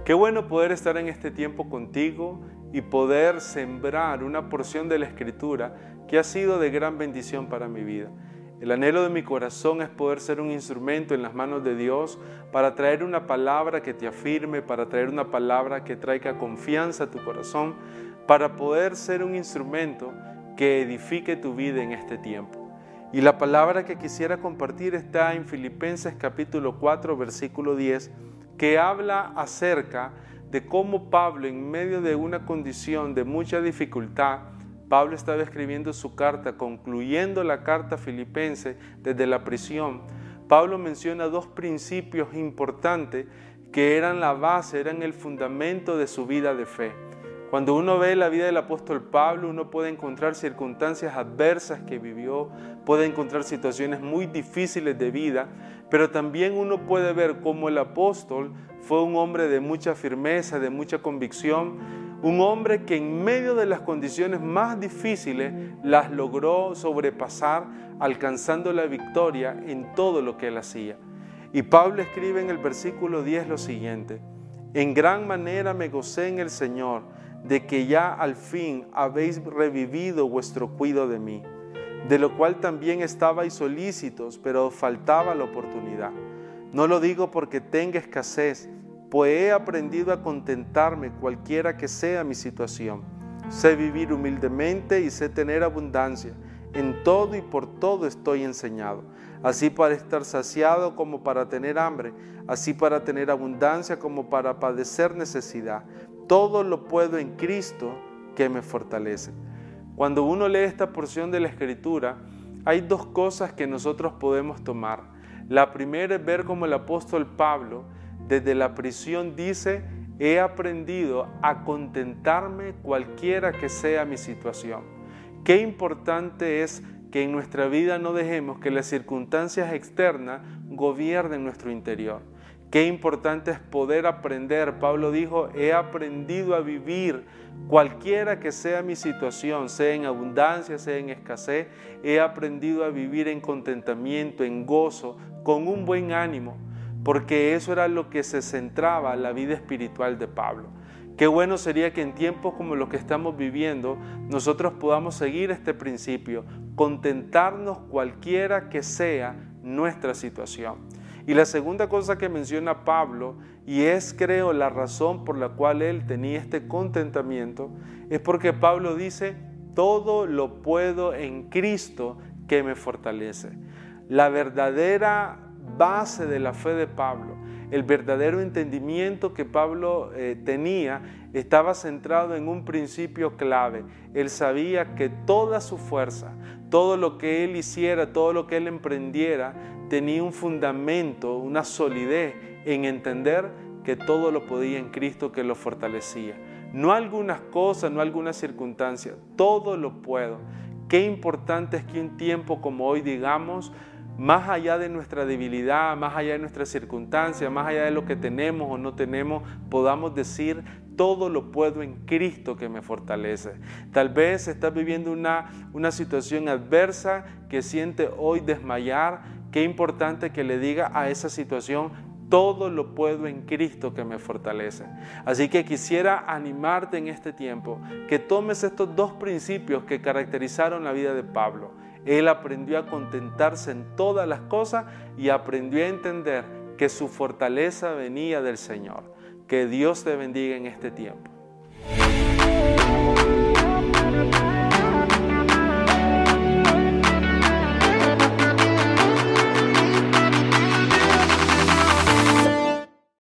Qué bueno poder estar en este tiempo contigo y poder sembrar una porción de la Escritura que ha sido de gran bendición para mi vida. El anhelo de mi corazón es poder ser un instrumento en las manos de Dios para traer una palabra que te afirme, para traer una palabra que traiga confianza a tu corazón, para poder ser un instrumento que edifique tu vida en este tiempo. Y la palabra que quisiera compartir está en Filipenses capítulo 4, versículo 10, que habla acerca de cómo Pablo, en medio de una condición de mucha dificultad, Pablo estaba escribiendo su carta, concluyendo la carta filipense desde la prisión. Pablo menciona dos principios importantes que eran la base, eran el fundamento de su vida de fe. Cuando uno ve la vida del apóstol Pablo, uno puede encontrar circunstancias adversas que vivió, puede encontrar situaciones muy difíciles de vida, pero también uno puede ver cómo el apóstol fue un hombre de mucha firmeza, de mucha convicción, un hombre que en medio de las condiciones más difíciles las logró sobrepasar, alcanzando la victoria en todo lo que él hacía. Y Pablo escribe en el versículo 10 lo siguiente: en gran manera me gocé en el Señor, de que ya al fin habéis revivido vuestro cuidado de mí, de lo cual también estabais solícitos, pero os faltaba la oportunidad. No lo digo porque tenga escasez, pues he aprendido a contentarme cualquiera que sea mi situación. Sé vivir humildemente y sé tener abundancia. En todo y por todo estoy enseñado, así para estar saciado como para tener hambre, así para tener abundancia como para padecer necesidad. Todo lo puedo en Cristo que me fortalece. Cuando uno lee esta porción de la Escritura, hay dos cosas que nosotros podemos tomar. La primera es ver cómo el apóstol Pablo, desde la prisión, dice: he aprendido a contentarme cualquiera que sea mi situación. Qué importante es que en nuestra vida no dejemos que las circunstancias externas gobiernen nuestro interior. Qué importante es poder aprender. Pablo dijo: he aprendido a vivir cualquiera que sea mi situación, sea en abundancia, sea en escasez. He aprendido a vivir en contentamiento, en gozo, con un buen ánimo, porque eso era lo que se centraba en la vida espiritual de Pablo. Qué bueno sería que en tiempos como los que estamos viviendo, nosotros podamos seguir este principio, contentarnos cualquiera que sea nuestra situación. Y la segunda cosa que menciona Pablo, y es creo la razón por la cual él tenía este contentamiento, es porque Pablo dice: todo lo puedo en Cristo que me fortalece. La verdadera base de la fe de Pablo, el verdadero entendimiento que Pablo tenía, estaba centrado en un principio clave. Él sabía que toda su fuerza, todo lo que él hiciera, todo lo que él emprendiera, tenía un fundamento, una solidez en entender que todo lo podía en Cristo que lo fortalecía. No algunas cosas, no algunas circunstancias, todo lo puedo. Qué importante es que un tiempo como hoy digamos: más allá de nuestra debilidad, más allá de nuestras circunstancias, más allá de lo que tenemos o no tenemos, podamos decir: todo lo puedo en Cristo que me fortalece. Tal vez estás viviendo una situación adversa que siente hoy desmayar. Qué importante que le diga a esa situación: todo lo puedo en Cristo que me fortalece. Así que quisiera animarte en este tiempo que tomes estos dos principios que caracterizaron la vida de Pablo. Él aprendió a contentarse en todas las cosas y aprendió a entender que su fortaleza venía del Señor. Que Dios te bendiga en este tiempo.